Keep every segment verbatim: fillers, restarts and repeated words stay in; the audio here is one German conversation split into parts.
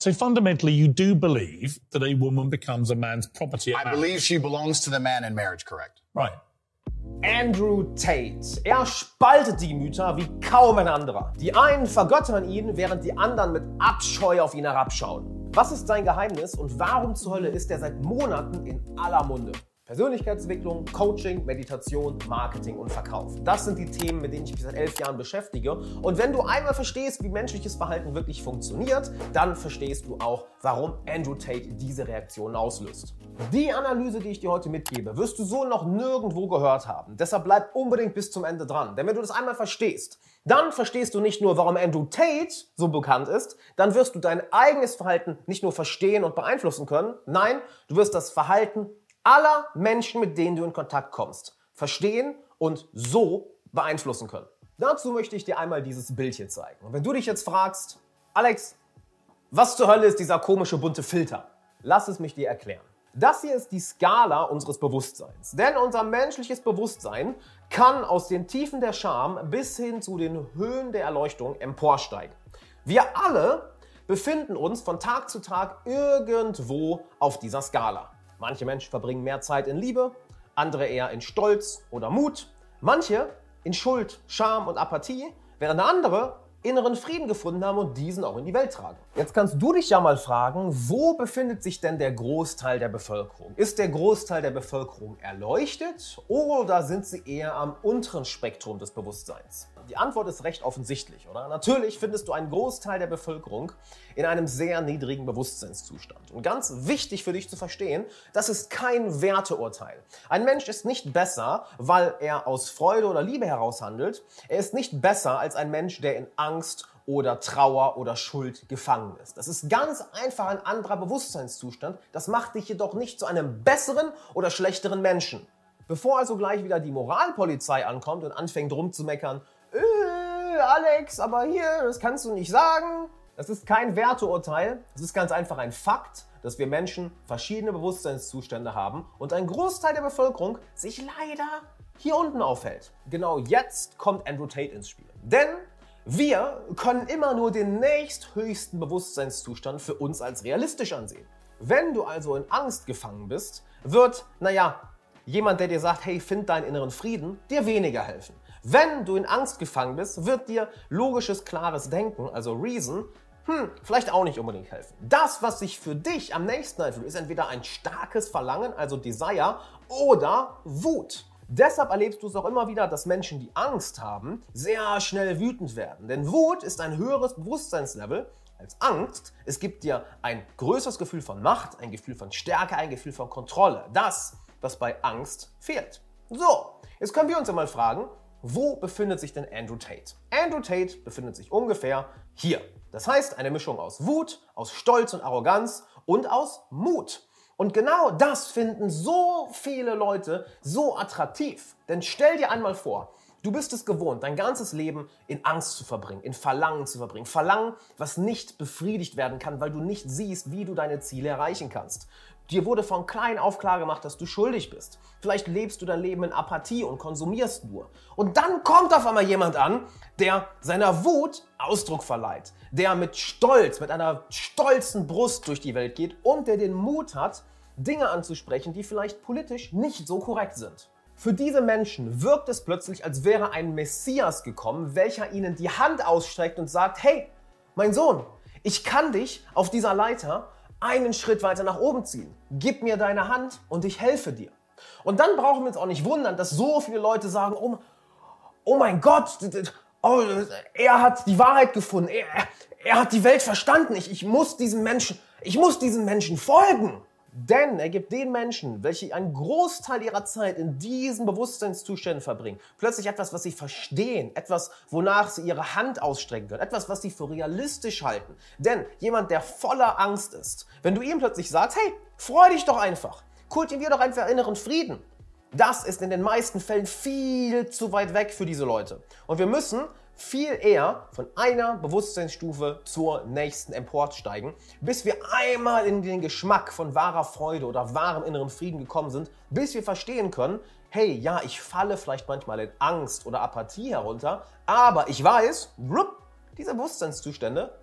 So fundamentally, you do believe that a woman becomes a man's property at I believe she belongs to the man in marriage, correct? Right. Andrew Tate. Er spaltet die Gemüter wie kaum ein anderer. Die einen vergöttern ihn, während die anderen mit Abscheu auf ihn herabschauen. Was ist sein Geheimnis und warum zur Hölle ist er seit Monaten in aller Munde? Persönlichkeitsentwicklung, Coaching, Meditation, Marketing und Verkauf. Das sind die Themen, mit denen ich mich seit elf Jahren beschäftige. Und wenn du einmal verstehst, wie menschliches Verhalten wirklich funktioniert, dann verstehst du auch, warum Andrew Tate diese Reaktionen auslöst. Die Analyse, die ich dir heute mitgebe, wirst du so noch nirgendwo gehört haben. Deshalb bleib unbedingt bis zum Ende dran. Denn wenn du das einmal verstehst, dann verstehst du nicht nur, warum Andrew Tate so bekannt ist, dann wirst du dein eigenes Verhalten nicht nur verstehen und beeinflussen können, nein, du wirst das Verhalten aller Menschen, mit denen du in Kontakt kommst, verstehen und so beeinflussen können. Dazu möchte ich dir einmal dieses Bild hier zeigen. Und wenn du dich jetzt fragst, Alex, was zur Hölle ist dieser komische bunte Filter? Lass es mich dir erklären. Das hier ist die Skala unseres Bewusstseins. Denn unser menschliches Bewusstsein kann aus den Tiefen der Scham bis hin zu den Höhen der Erleuchtung emporsteigen. Wir alle befinden uns von Tag zu Tag irgendwo auf dieser Skala. Manche Menschen verbringen mehr Zeit in Liebe, andere eher in Stolz oder Mut, manche in Schuld, Scham und Apathie, während andere inneren Frieden gefunden haben und diesen auch in die Welt tragen. Jetzt kannst du dich ja mal fragen, wo befindet sich denn der Großteil der Bevölkerung? Ist der Großteil der Bevölkerung erleuchtet oder sind sie eher am unteren Spektrum des Bewusstseins? Die Antwort ist recht offensichtlich, oder? Natürlich findest du einen Großteil der Bevölkerung in einem sehr niedrigen Bewusstseinszustand. Und ganz wichtig für dich zu verstehen, das ist kein Werteurteil. Ein Mensch ist nicht besser, weil er aus Freude oder Liebe heraus handelt. Er ist nicht besser als ein Mensch, der in Angst oder Trauer oder Schuld gefangen ist. Das ist ganz einfach ein anderer Bewusstseinszustand. Das macht dich jedoch nicht zu einem besseren oder schlechteren Menschen. Bevor also gleich wieder die Moralpolizei ankommt und anfängt rumzumeckern, äh, Alex, aber hier, das kannst du nicht sagen. Das ist kein Werteurteil, es ist ganz einfach ein Fakt, dass wir Menschen verschiedene Bewusstseinszustände haben und ein Großteil der Bevölkerung sich leider hier unten aufhält. Genau jetzt kommt Andrew Tate ins Spiel. Denn wir können immer nur den nächsthöchsten Bewusstseinszustand für uns als realistisch ansehen. Wenn du also in Angst gefangen bist, wird, naja, jemand, der dir sagt, hey, find deinen inneren Frieden, dir weniger helfen. Wenn du in Angst gefangen bist, wird dir logisches, klares Denken, also Reason, hm, vielleicht auch nicht unbedingt helfen. Das, was sich für dich am nächsten anfühlt, ist entweder ein starkes Verlangen, also Desire, oder Wut. Deshalb erlebst du es auch immer wieder, dass Menschen, die Angst haben, sehr schnell wütend werden. Denn Wut ist ein höheres Bewusstseinslevel als Angst. Es gibt dir ein größeres Gefühl von Macht, ein Gefühl von Stärke, ein Gefühl von Kontrolle. Das, was bei Angst fehlt. So, jetzt können wir uns ja mal fragen, wo befindet sich denn Andrew Tate? Andrew Tate befindet sich ungefähr hier. Das heißt, eine Mischung aus Wut, aus Stolz und Arroganz und aus Mut. Und genau das finden so viele Leute so attraktiv. Denn stell dir einmal vor, du bist es gewohnt, dein ganzes Leben in Angst zu verbringen, in Verlangen zu verbringen. Verlangen, was nicht befriedigt werden kann, weil du nicht siehst, wie du deine Ziele erreichen kannst. Dir wurde von klein auf klar gemacht, dass du schuldig bist. Vielleicht lebst du dein Leben in Apathie und konsumierst nur. Und dann kommt auf einmal jemand an, der seiner Wut Ausdruck verleiht, der mit Stolz, mit einer stolzen Brust durch die Welt geht und der den Mut hat, Dinge anzusprechen, die vielleicht politisch nicht so korrekt sind. Für diese Menschen wirkt es plötzlich, als wäre ein Messias gekommen, welcher ihnen die Hand ausstreckt und sagt, hey, mein Sohn, ich kann dich auf dieser Leiter einen Schritt weiter nach oben ziehen. Gib mir deine Hand und ich helfe dir. Und dann brauchen wir uns auch nicht wundern, dass so viele Leute sagen, oh, oh mein Gott, oh, er hat die Wahrheit gefunden, er, er hat die Welt verstanden, ich, ich muss diesem Menschen, ich muss diesem Menschen folgen. Denn er gibt den Menschen, welche einen Großteil ihrer Zeit in diesen Bewusstseinszuständen verbringen, plötzlich etwas, was sie verstehen, etwas, wonach sie ihre Hand ausstrecken können, etwas, was sie für realistisch halten. Denn jemand, der voller Angst ist, wenn du ihm plötzlich sagst, hey, freu dich doch einfach, kultivier doch einfach inneren Frieden, das ist in den meisten Fällen viel zu weit weg für diese Leute. Und wir müssen viel eher von einer Bewusstseinsstufe zur nächsten emporsteigen, bis wir einmal in den Geschmack von wahrer Freude oder wahrem inneren Frieden gekommen sind, bis wir verstehen können, hey, ja, ich falle vielleicht manchmal in Angst oder Apathie herunter, aber ich weiß, diese Bewusstseinszustände,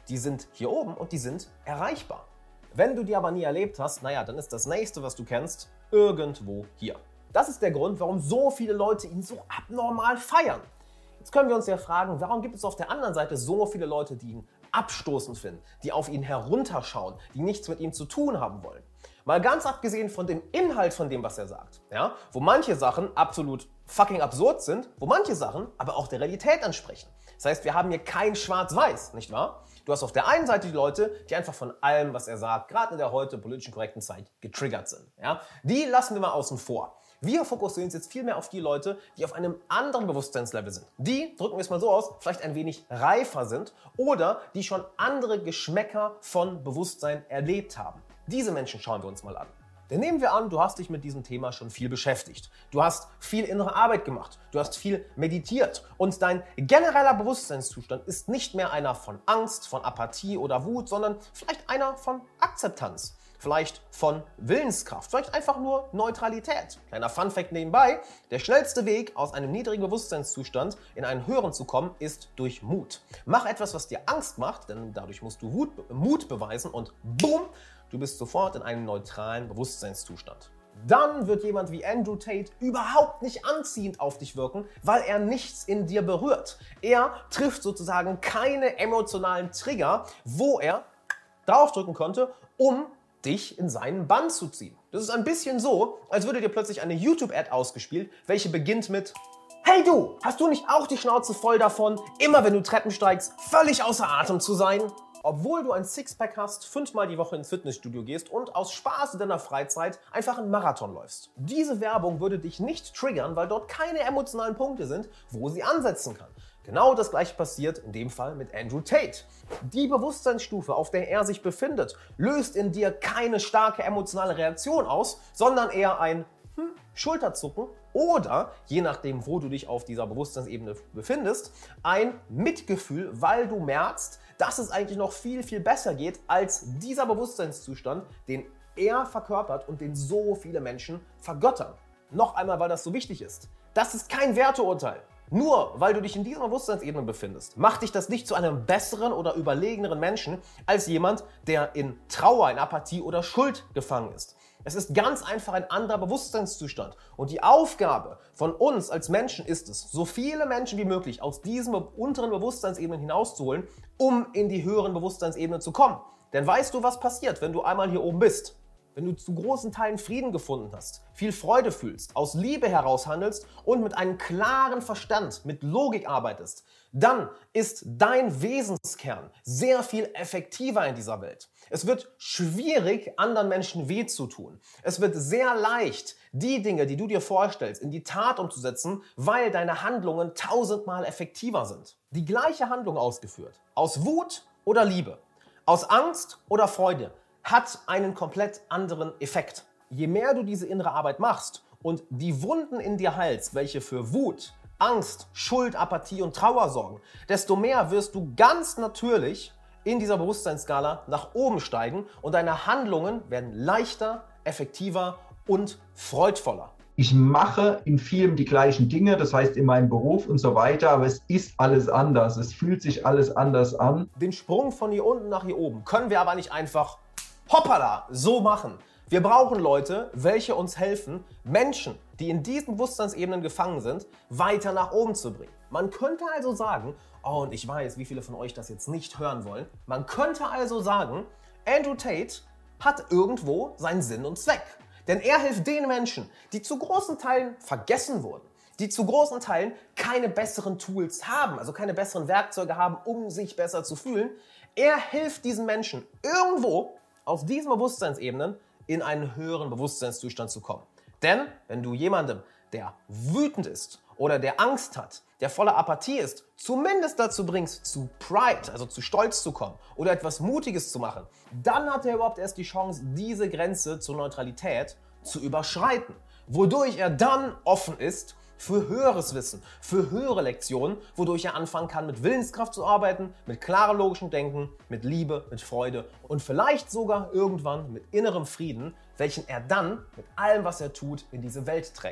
Die sind hier oben und die sind erreichbar. Wenn du die aber nie erlebt hast, naja, dann ist das nächste, was du kennst, irgendwo hier. Das ist der Grund, warum so viele Leute ihn so abnormal feiern. Jetzt können wir uns ja fragen, warum gibt es auf der anderen Seite so viele Leute, die ihn abstoßend finden, die auf ihn herunterschauen, die nichts mit ihm zu tun haben wollen. Mal ganz abgesehen von dem Inhalt von dem, was er sagt, ja, wo manche Sachen absolut fucking absurd sind, wo manche Sachen aber auch der Realität entsprechen. Das heißt, wir haben hier kein Schwarz-Weiß, nicht wahr? Du hast auf der einen Seite die Leute, die einfach von allem, was er sagt, gerade in der heute politisch korrekten Zeit, getriggert sind. Ja? Die lassen wir mal außen vor. Wir fokussieren uns jetzt vielmehr auf die Leute, die auf einem anderen Bewusstseinslevel sind. Die, drücken wir es mal so aus, vielleicht ein wenig reifer sind oder die schon andere Geschmäcker von Bewusstsein erlebt haben. Diese Menschen schauen wir uns mal an. Denn nehmen wir an, du hast dich mit diesem Thema schon viel beschäftigt. Du hast viel innere Arbeit gemacht, du hast viel meditiert und dein genereller Bewusstseinszustand ist nicht mehr einer von Angst, von Apathie oder Wut, sondern vielleicht einer von Akzeptanz, vielleicht von Willenskraft, vielleicht einfach nur Neutralität. Kleiner Funfact nebenbei, der schnellste Weg aus einem niedrigen Bewusstseinszustand in einen höheren zu kommen, ist durch Mut. Mach etwas, was dir Angst macht, denn dadurch musst du Wut, Mut beweisen und boom, du bist sofort in einem neutralen Bewusstseinszustand. Dann wird jemand wie Andrew Tate überhaupt nicht anziehend auf dich wirken, weil er nichts in dir berührt. Er trifft sozusagen keine emotionalen Trigger, wo er draufdrücken konnte, um dich in seinen Bann zu ziehen. Das ist ein bisschen so, als würde dir plötzlich eine YouTube-Ad ausgespielt, welche beginnt mit: Hey du, hast du nicht auch die Schnauze voll davon, immer wenn du Treppen steigst, völlig außer Atem zu sein? Obwohl du ein Sixpack hast, fünfmal die Woche ins Fitnessstudio gehst und aus Spaß in deiner Freizeit einfach einen Marathon läufst. Diese Werbung würde dich nicht triggern, weil dort keine emotionalen Punkte sind, wo sie ansetzen kann. Genau das gleiche passiert in dem Fall mit Andrew Tate. Die Bewusstseinsstufe, auf der er sich befindet, löst in dir keine starke emotionale Reaktion aus, sondern eher ein hm, Schulterzucken oder, je nachdem, wo du dich auf dieser Bewusstseinsebene befindest, ein Mitgefühl, weil du merkst, dass es eigentlich noch viel, viel besser geht als dieser Bewusstseinszustand, den er verkörpert und den so viele Menschen vergöttern. Noch einmal, weil das so wichtig ist. Das ist kein Werteurteil. Nur weil du dich in dieser Bewusstseinsebene befindest, macht dich das nicht zu einem besseren oder überlegeneren Menschen als jemand, der in Trauer, in Apathie oder Schuld gefangen ist. Es ist ganz einfach ein anderer Bewusstseinszustand. Und die Aufgabe von uns als Menschen ist es, so viele Menschen wie möglich aus diesen unteren Bewusstseinsebenen hinauszuholen, um in die höheren Bewusstseinsebenen zu kommen. Denn weißt du, was passiert, wenn du einmal hier oben bist? Wenn du zu großen Teilen Frieden gefunden hast, viel Freude fühlst, aus Liebe heraus handelst und mit einem klaren Verstand, mit Logik arbeitest, dann ist dein Wesenskern sehr viel effektiver in dieser Welt. Es wird schwierig, anderen Menschen weh zu tun. Es wird sehr leicht, die Dinge, die du dir vorstellst, in die Tat umzusetzen, weil deine Handlungen tausendmal effektiver sind. Die gleiche Handlung ausgeführt, aus Wut oder Liebe, aus Angst oder Freude, hat einen komplett anderen Effekt. Je mehr du diese innere Arbeit machst und die Wunden in dir heilst, welche für Wut, Angst, Schuld, Apathie und Trauer sorgen, desto mehr wirst du ganz natürlich in dieser Bewusstseinsskala nach oben steigen und deine Handlungen werden leichter, effektiver und freudvoller. Ich mache in vielem die gleichen Dinge, das heißt in meinem Beruf und so weiter, aber es ist alles anders, es fühlt sich alles anders an. Den Sprung von hier unten nach hier oben können wir aber nicht einfach hoppala so machen. Wir brauchen Leute, welche uns helfen, Menschen, die in diesen Bewusstseinsebenen gefangen sind, weiter nach oben zu bringen. Man könnte also sagen, oh, und ich weiß, wie viele von euch das jetzt nicht hören wollen, man könnte also sagen, Andrew Tate hat irgendwo seinen Sinn und Zweck. Denn er hilft den Menschen, die zu großen Teilen vergessen wurden, die zu großen Teilen keine besseren Tools haben, also keine besseren Werkzeuge haben, um sich besser zu fühlen. Er hilft diesen Menschen irgendwo aus diesen Bewusstseinsebenen in einen höheren Bewusstseinszustand zu kommen. Denn wenn du jemandem, der wütend ist oder der Angst hat, der voller Apathie ist, zumindest dazu bringst, zu Pride, also zu Stolz zu kommen oder etwas Mutiges zu machen, dann hat er überhaupt erst die Chance, diese Grenze zur Neutralität zu überschreiten, wodurch er dann offen ist für höheres Wissen, für höhere Lektionen, wodurch er anfangen kann, mit Willenskraft zu arbeiten, mit klarem logischem Denken, mit Liebe, mit Freude und vielleicht sogar irgendwann mit innerem Frieden, welchen er dann mit allem, was er tut, in diese Welt trägt.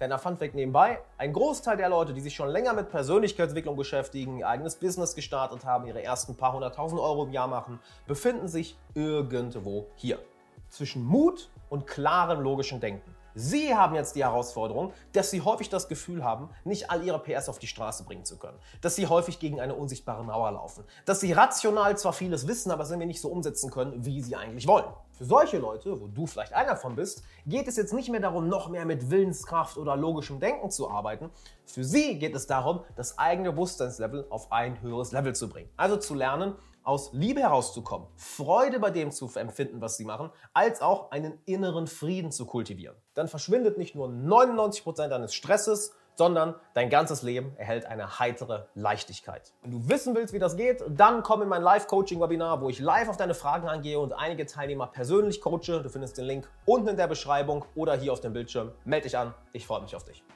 Kleiner Funfact nebenbei, ein Großteil der Leute, die sich schon länger mit Persönlichkeitsentwicklung beschäftigen, ihr eigenes Business gestartet haben, ihre ersten paar hunderttausend Euro im Jahr machen, befinden sich irgendwo hier. Zwischen Mut und klarem logischen Denken. Sie haben jetzt die Herausforderung, dass Sie häufig das Gefühl haben, nicht all Ihre P S auf die Straße bringen zu können. Dass Sie häufig gegen eine unsichtbare Mauer laufen. Dass Sie rational zwar vieles wissen, aber es irgendwie nicht so umsetzen können, wie Sie eigentlich wollen. Für solche Leute, wo du vielleicht einer von bist, geht es jetzt nicht mehr darum, noch mehr mit Willenskraft oder logischem Denken zu arbeiten. Für sie geht es darum, das eigene Bewusstseinslevel auf ein höheres Level zu bringen. Also zu lernen, aus Liebe herauszukommen, Freude bei dem zu empfinden, was sie machen, als auch einen inneren Frieden zu kultivieren. Dann verschwindet nicht nur neunundneunzig Prozent deines Stresses, sondern dein ganzes Leben erhält eine heitere Leichtigkeit. Wenn du wissen willst, wie das geht, dann komm in mein Live-Coaching-Webinar, wo ich live auf deine Fragen eingehe und einige Teilnehmer persönlich coache. Du findest den Link unten in der Beschreibung oder hier auf dem Bildschirm. Meld dich an, ich freue mich auf dich.